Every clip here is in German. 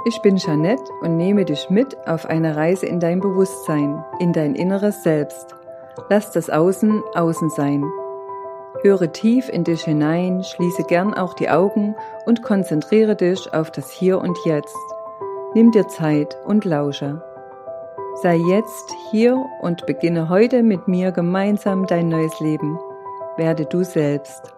Ich bin Jeanette und nehme dich mit auf eine Reise in dein Bewusstsein, in dein inneres Selbst. Lass das Außen außen sein. Höre tief in dich hinein, schließe gern auch die Augen und konzentriere dich auf das Hier und Jetzt. Nimm dir Zeit und lausche. Sei jetzt hier und beginne heute mit mir gemeinsam dein neues Leben. Werde du selbst.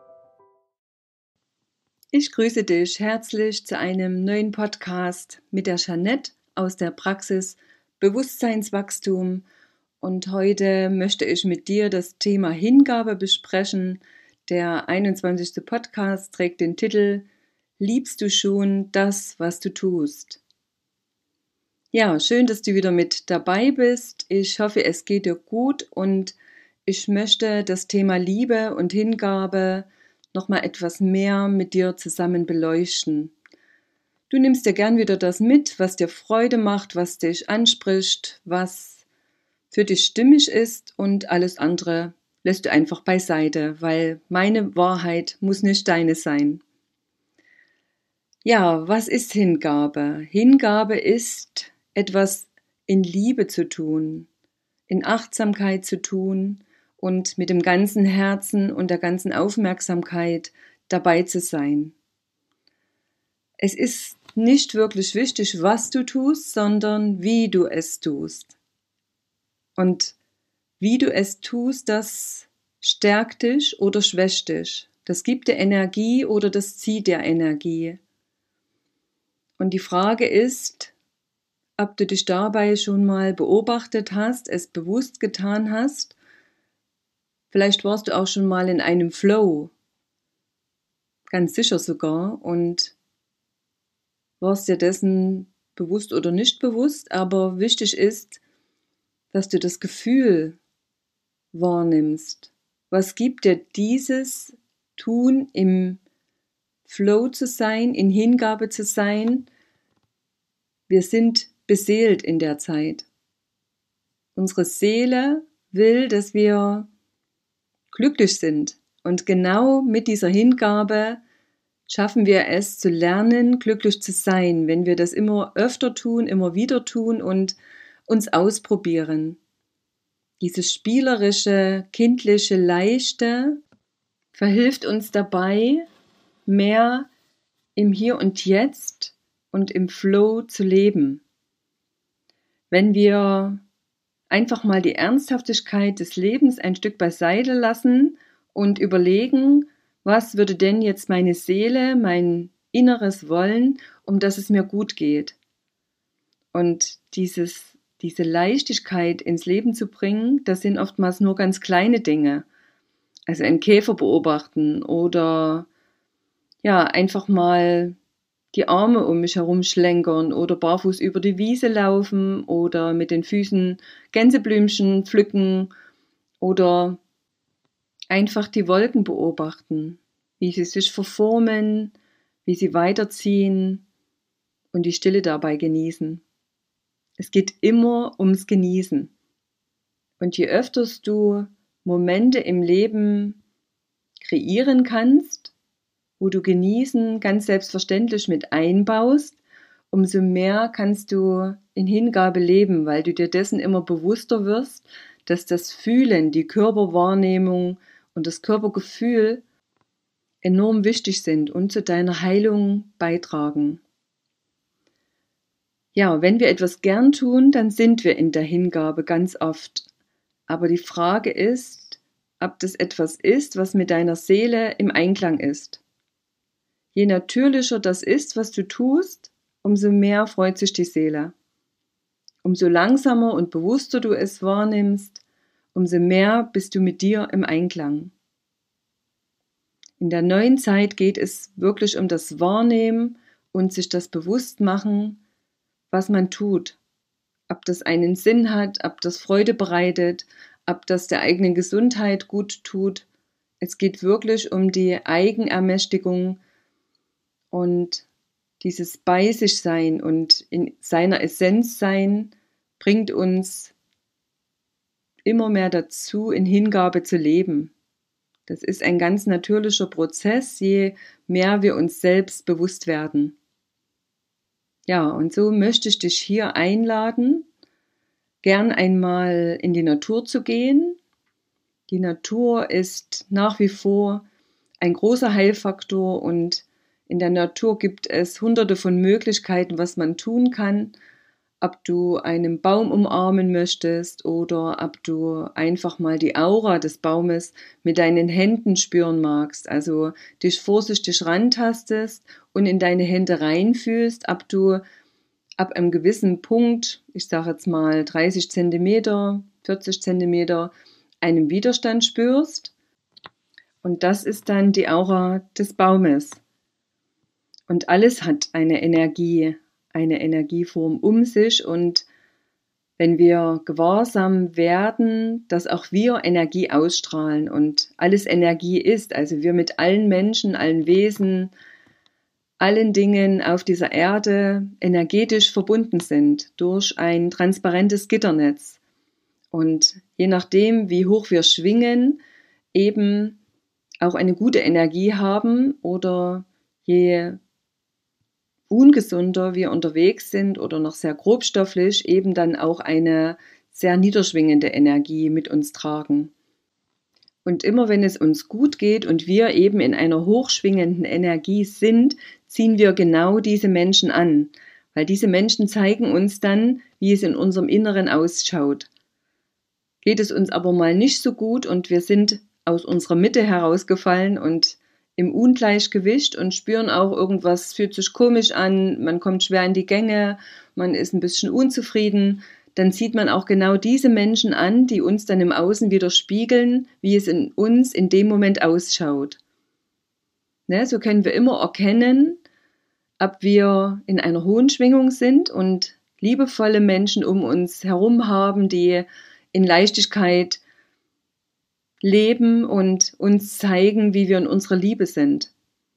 Ich grüße dich herzlich zu einem neuen Podcast mit der Jeanette aus der Praxis Bewusstseinswachstum. Und heute möchte ich mit dir das Thema Hingabe besprechen. Der 21. Podcast trägt den Titel Liebst du schon das, was du tust? Ja, schön, dass du wieder mit dabei bist. Ich hoffe, es geht dir gut und ich möchte das Thema Liebe und Hingabe nochmal etwas mehr mit dir zusammen beleuchten. Du nimmst dir gern wieder das mit, was dir Freude macht, was dich anspricht, was für dich stimmig ist und alles andere lässt du einfach beiseite, weil meine Wahrheit muss nicht deine sein. Ja, was ist Hingabe? Hingabe ist etwas in Liebe zu tun, in Achtsamkeit zu tun und mit dem ganzen Herzen und der ganzen Aufmerksamkeit dabei zu sein. Es ist nicht wirklich wichtig, was du tust, sondern wie du es tust. Und wie du es tust, das stärkt dich oder schwächt dich. Das gibt dir Energie oder das zieht dir Energie. Und die Frage ist, ob du dich dabei schon mal beobachtet hast, es bewusst getan hast. Vielleicht warst du auch schon mal in einem Flow, ganz sicher sogar, und warst dir dessen bewusst oder nicht bewusst, aber wichtig ist, dass du das Gefühl wahrnimmst. Was gibt dir dieses Tun, im Flow zu sein, in Hingabe zu sein? Wir sind beseelt in der Zeit. Unsere Seele will, dass wir glücklich sind. Und genau mit dieser Hingabe schaffen wir es zu lernen, glücklich zu sein, wenn wir das immer öfter tun, immer wieder tun und uns ausprobieren. Dieses spielerische, kindliche, leichte verhilft uns dabei, mehr im Hier und Jetzt und im Flow zu leben. Wenn wir einfach mal die Ernsthaftigkeit des Lebens ein Stück beiseite lassen und überlegen, was würde denn jetzt meine Seele, mein Inneres wollen, um dass es mir gut geht. Und diese Leichtigkeit ins Leben zu bringen, das sind oftmals nur ganz kleine Dinge. Also einen Käfer beobachten oder ja, einfach mal die Arme um mich herum schlenkern oder barfuß über die Wiese laufen oder mit den Füßen Gänseblümchen pflücken oder einfach die Wolken beobachten, wie sie sich verformen, wie sie weiterziehen und die Stille dabei genießen. Es geht immer ums Genießen. Und je öfter du Momente im Leben kreieren kannst, wo du Genießen ganz selbstverständlich mit einbaust, umso mehr kannst du in Hingabe leben, weil du dir dessen immer bewusster wirst, dass das Fühlen, die Körperwahrnehmung und das Körpergefühl enorm wichtig sind und zu deiner Heilung beitragen. Ja, wenn wir etwas gern tun, dann sind wir in der Hingabe ganz oft. Aber die Frage ist, ob das etwas ist, was mit deiner Seele im Einklang ist. Je natürlicher das ist, was du tust, umso mehr freut sich die Seele. Umso langsamer und bewusster du es wahrnimmst, umso mehr bist du mit dir im Einklang. In der neuen Zeit geht es wirklich um das Wahrnehmen und sich das Bewusstmachen, was man tut. Ob das einen Sinn hat, ob das Freude bereitet, ob das der eigenen Gesundheit gut tut. Es geht wirklich um die Eigenermächtigung und dieses bei sich sein und in seiner Essenz sein bringt uns immer mehr dazu, in Hingabe zu leben. Das ist ein ganz natürlicher Prozess, je mehr wir uns selbst bewusst werden. Ja, und so möchte ich dich hier einladen, gern einmal in die Natur zu gehen. Die Natur ist nach wie vor ein großer Heilfaktor und in der Natur gibt es hunderte von Möglichkeiten, was man tun kann. Ob du einen Baum umarmen möchtest oder ob du einfach mal die Aura des Baumes mit deinen Händen spüren magst, also dich vorsichtig rantastest und in deine Hände reinfühlst, ob du ab einem gewissen Punkt, ich sage jetzt mal 30 Zentimeter, 40 Zentimeter, einen Widerstand spürst. Und das ist dann die Aura des Baumes. Und alles hat eine Energieform um sich. Und wenn wir gewahrsam werden, dass auch wir Energie ausstrahlen und alles Energie ist, also wir mit allen Menschen, allen Wesen, allen Dingen auf dieser Erde energetisch verbunden sind durch ein transparentes Gitternetz. Und je nachdem, wie hoch wir schwingen, eben auch eine gute Energie haben oder je ungesunder wir unterwegs sind oder noch sehr grobstofflich, eben dann auch eine sehr niederschwingende Energie mit uns tragen. Und immer wenn es uns gut geht und wir eben in einer hochschwingenden Energie sind, ziehen wir genau diese Menschen an, weil diese Menschen zeigen uns dann, wie es in unserem Inneren ausschaut. Geht es uns aber mal nicht so gut und wir sind aus unserer Mitte herausgefallen und im Ungleichgewicht und spüren auch, irgendwas fühlt sich komisch an, man kommt schwer in die Gänge, man ist ein bisschen unzufrieden, dann zieht man auch genau diese Menschen an, die uns dann im Außen widerspiegeln, wie es in uns in dem Moment ausschaut. Ne, so können wir immer erkennen, ob wir in einer hohen Schwingung sind und liebevolle Menschen um uns herum haben, die in Leichtigkeit leben und uns zeigen, wie wir in unserer Liebe sind.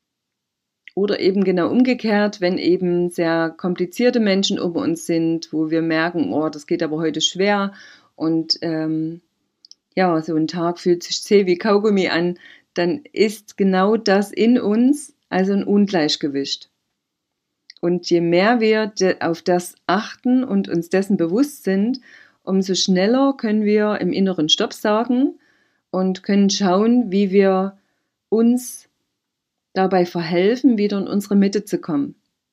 Oder eben genau umgekehrt, wenn eben sehr komplizierte Menschen um uns sind, wo wir merken, oh, das geht aber heute schwer und ja, so ein Tag fühlt sich zäh wie Kaugummi an, dann ist genau das in uns, also ein Ungleichgewicht. Und je mehr wir auf das achten und uns dessen bewusst sind, umso schneller können wir im Inneren Stopp sagen und können schauen, wie wir uns dabei verhelfen, wieder in unsere Mitte zu kommen.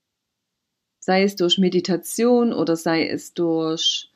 Sei es durch Meditation oder sei es durch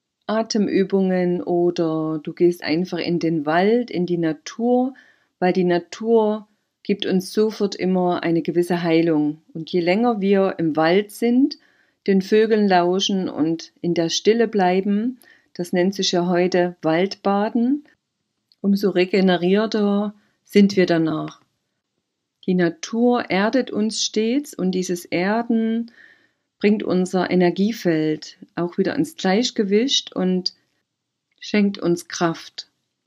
Atemübungen oder du gehst einfach in den Wald, in die Natur, weil die Natur gibt uns sofort immer eine gewisse Heilung. Und je länger wir im Wald sind, den Vögeln lauschen und in der Stille bleiben, das nennt sich ja heute Waldbaden, umso regenerierter sind wir danach. Die Natur erdet uns stets und dieses Erden bringt unser Energiefeld auch wieder ins Gleichgewicht und schenkt uns Kraft.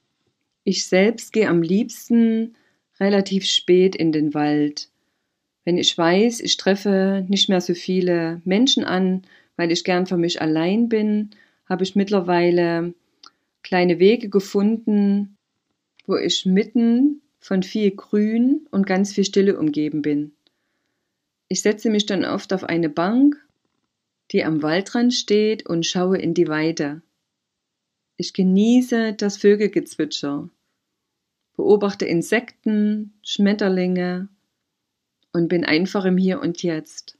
Ich selbst gehe am liebsten relativ spät in den Wald. Wenn ich weiß, ich treffe nicht mehr so viele Menschen an, weil ich gern für mich allein bin, habe ich mittlerweile kleine Wege gefunden, wo ich mitten von viel Grün und ganz viel Stille umgeben bin. Ich setze mich dann oft auf eine Bank, die am Waldrand steht und schaue in die Weite. Ich genieße das Vögelgezwitscher, beobachte Insekten, Schmetterlinge und bin einfach im Hier und Jetzt.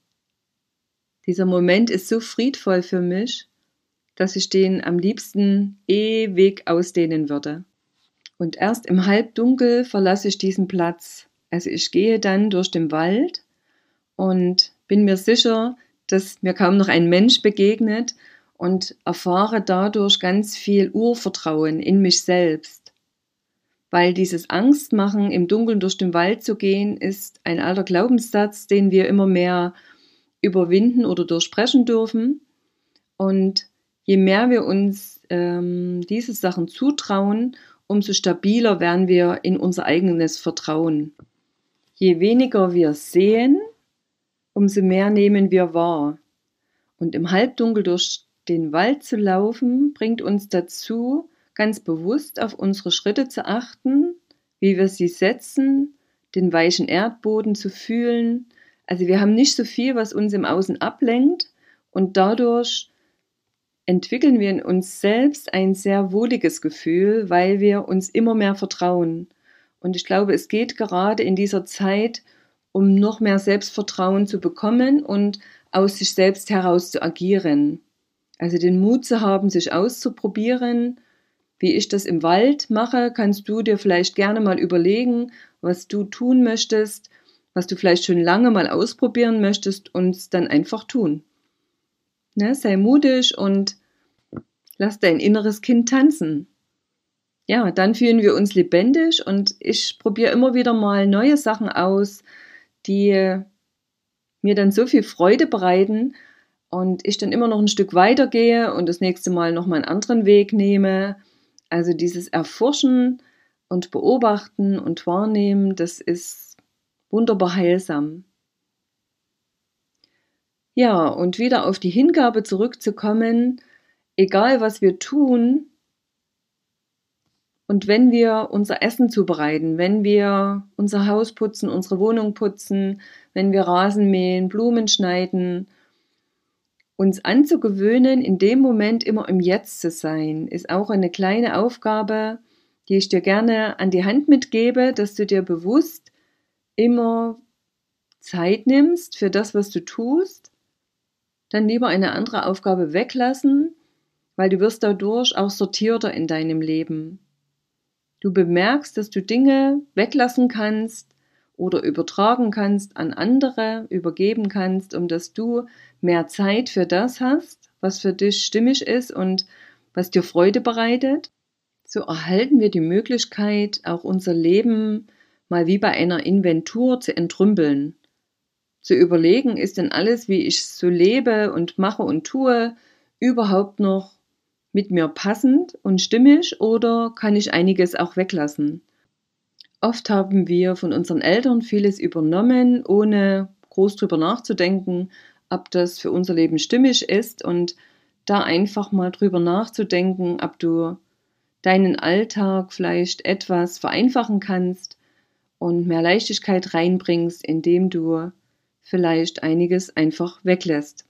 Dieser Moment ist so friedvoll für mich, dass ich den am liebsten ewig ausdehnen würde. Und erst im Halbdunkel verlasse ich diesen Platz. Also ich gehe dann durch den Wald und bin mir sicher, dass mir kaum noch ein Mensch begegnet und erfahre dadurch ganz viel Urvertrauen in mich selbst. Weil dieses Angstmachen, im Dunkeln durch den Wald zu gehen, ist ein alter Glaubenssatz, den wir immer mehr überwinden oder durchbrechen dürfen. Und je mehr wir uns diese Sachen zutrauen, umso stabiler werden wir in unser eigenes Vertrauen. Je weniger wir sehen, umso mehr nehmen wir wahr. Und im Halbdunkel durch den Wald zu laufen, bringt uns dazu, ganz bewusst auf unsere Schritte zu achten, wie wir sie setzen, den weichen Erdboden zu fühlen, Also wir haben nicht so viel, was uns im Außen ablenkt und dadurch entwickeln wir in uns selbst ein sehr wohliges Gefühl, weil wir uns immer mehr vertrauen. Und ich glaube, es geht gerade in dieser Zeit, um noch mehr Selbstvertrauen zu bekommen und aus sich selbst heraus zu agieren. Also den Mut zu haben, sich auszuprobieren. Wie ich das im Wald mache, kannst du dir vielleicht gerne mal überlegen, was du tun möchtest, was du vielleicht schon lange mal ausprobieren möchtest und es dann einfach tun. Ne? Sei mutig und lass dein inneres Kind tanzen. Ja, dann fühlen wir uns lebendig und ich probiere immer wieder mal neue Sachen aus, die mir dann so viel Freude bereiten und ich dann immer noch ein Stück weiter gehe und das nächste Mal nochmal einen anderen Weg nehme. Also dieses Erforschen und Beobachten und Wahrnehmen, das ist wunderbar heilsam. Ja, und wieder auf die Hingabe zurückzukommen, egal was wir tun, und wenn wir unser Essen zubereiten, wenn wir unser Haus putzen, unsere Wohnung putzen, wenn wir Rasen mähen, Blumen schneiden, uns anzugewöhnen, in dem Moment immer im Jetzt zu sein, ist auch eine kleine Aufgabe, die ich dir gerne an die Hand mitgebe, dass du dir bewusst immer Zeit nimmst für das, was du tust, dann lieber eine andere Aufgabe weglassen, weil du wirst dadurch auch sortierter in deinem Leben. Du bemerkst, dass du Dinge weglassen kannst oder übertragen kannst an andere, übergeben kannst, um dass du mehr Zeit für das hast, was für dich stimmig ist und was dir Freude bereitet. So erhalten wir die Möglichkeit, auch unser Leben mal wie bei einer Inventur zu entrümpeln. Zu überlegen, ist denn alles, wie ich so lebe und mache und tue, überhaupt noch mit mir passend und stimmig oder kann ich einiges auch weglassen? Oft haben wir von unseren Eltern vieles übernommen, ohne groß drüber nachzudenken, ob das für unser Leben stimmig ist und da einfach mal drüber nachzudenken, ob du deinen Alltag vielleicht etwas vereinfachen kannst und mehr Leichtigkeit reinbringst, indem du vielleicht einiges einfach weglässt.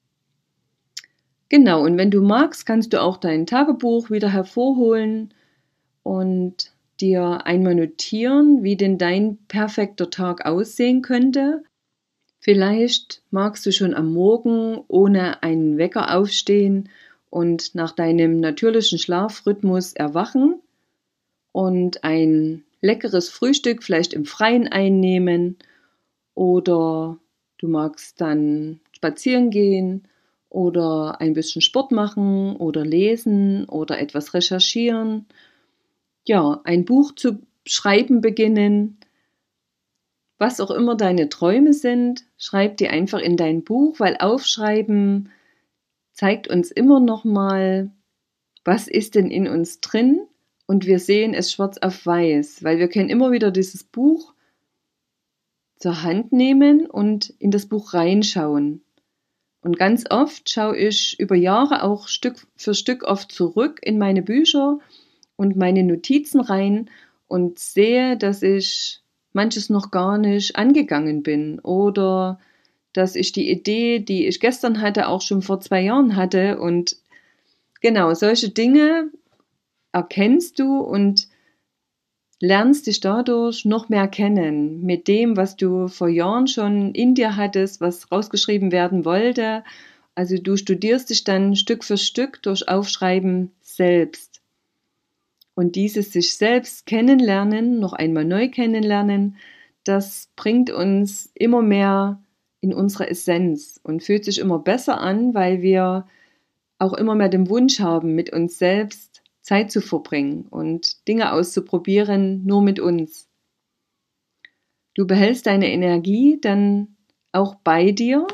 Genau, und wenn du magst, kannst du auch dein Tagebuch wieder hervorholen und dir einmal notieren, wie denn dein perfekter Tag aussehen könnte. Vielleicht magst du schon am Morgen ohne einen Wecker aufstehen und nach deinem natürlichen Schlafrhythmus erwachen und ein leckeres Frühstück vielleicht im Freien einnehmen oder du magst dann spazieren gehen oder ein bisschen Sport machen oder lesen oder etwas recherchieren. Ja, ein Buch zu schreiben beginnen. Was auch immer deine Träume sind, schreib die einfach in dein Buch, weil Aufschreiben zeigt uns immer noch mal, was ist denn in uns drin und wir sehen es schwarz auf weiß, weil wir können immer wieder dieses Buch zur Hand nehmen und in das Buch reinschauen. Und ganz oft schaue ich über Jahre auch Stück für Stück oft zurück in meine Bücher und meine Notizen rein und sehe, dass ich manches noch gar nicht angegangen bin oder dass ich die Idee, die ich gestern hatte, auch schon vor 2 Jahren hatte. Und genau, solche Dinge erkennst du und lernst dich dadurch noch mehr kennen mit dem, was du vor Jahren schon in dir hattest, was rausgeschrieben werden wollte. Also du studierst dich dann Stück für Stück durch Aufschreiben selbst. Und dieses sich selbst kennenlernen, noch einmal neu kennenlernen, das bringt uns immer mehr in unsere Essenz und fühlt sich immer besser an, weil wir auch immer mehr den Wunsch haben, mit uns selbst Zeit zu verbringen und Dinge auszuprobieren, nur mit uns. Du behältst deine Energie dann auch bei dir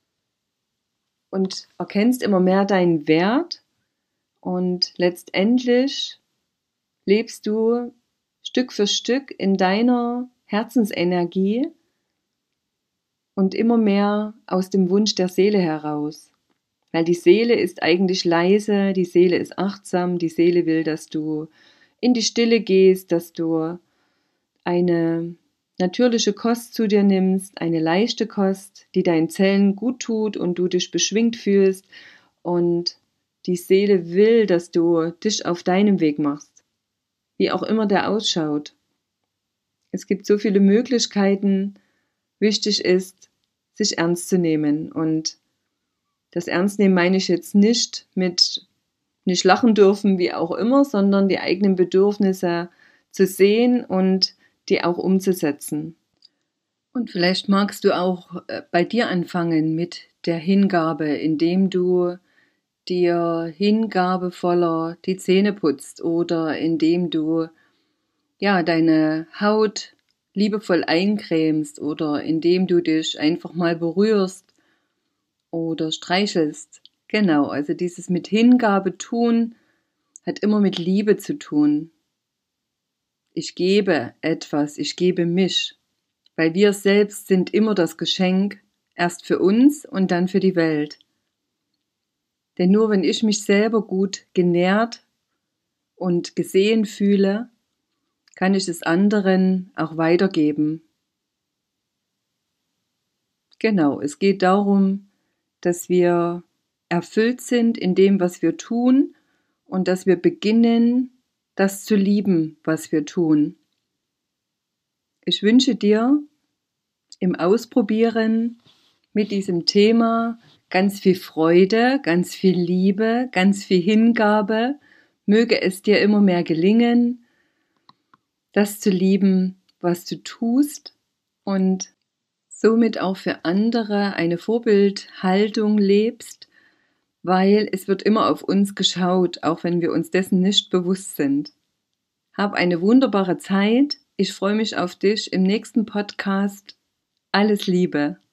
und erkennst immer mehr deinen Wert und letztendlich lebst du Stück für Stück in deiner Herzensenergie und immer mehr aus dem Wunsch der Seele heraus. Weil die Seele ist eigentlich leise, die Seele ist achtsam, die Seele will, dass du in die Stille gehst, dass du eine natürliche Kost zu dir nimmst, eine leichte Kost, die deinen Zellen gut tut und du dich beschwingt fühlst und die Seele will, dass du dich auf deinem Weg machst, wie auch immer der ausschaut. Es gibt so viele Möglichkeiten. Wichtig ist, sich ernst zu nehmen. Und das Ernstnehmen meine ich jetzt nicht mit nicht lachen dürfen, wie auch immer, sondern die eigenen Bedürfnisse zu sehen und die auch umzusetzen. Und vielleicht magst du auch bei dir anfangen mit der Hingabe, indem du dir hingabevoller die Zähne putzt oder indem du deine Haut liebevoll eincremst oder indem du dich einfach mal berührst oder streichelst. Genau, also dieses mit Hingabe tun hat immer mit Liebe zu tun. Ich gebe etwas, ich gebe mich, weil wir selbst sind immer das Geschenk, erst für uns und dann für die Welt. Denn nur wenn ich mich selber gut genährt und gesehen fühle, kann ich es anderen auch weitergeben. Genau, es geht darum, dass wir erfüllt sind in dem, was wir tun und dass wir beginnen, das zu lieben, was wir tun. Ich wünsche dir im Ausprobieren mit diesem Thema ganz viel Freude, ganz viel Liebe, ganz viel Hingabe. Möge es dir immer mehr gelingen, das zu lieben, was du tust und somit auch für andere eine Vorbildhaltung lebst, weil es wird immer auf uns geschaut, auch wenn wir uns dessen nicht bewusst sind. Hab eine wunderbare Zeit. Ich freue mich auf dich im nächsten Podcast. Alles Liebe.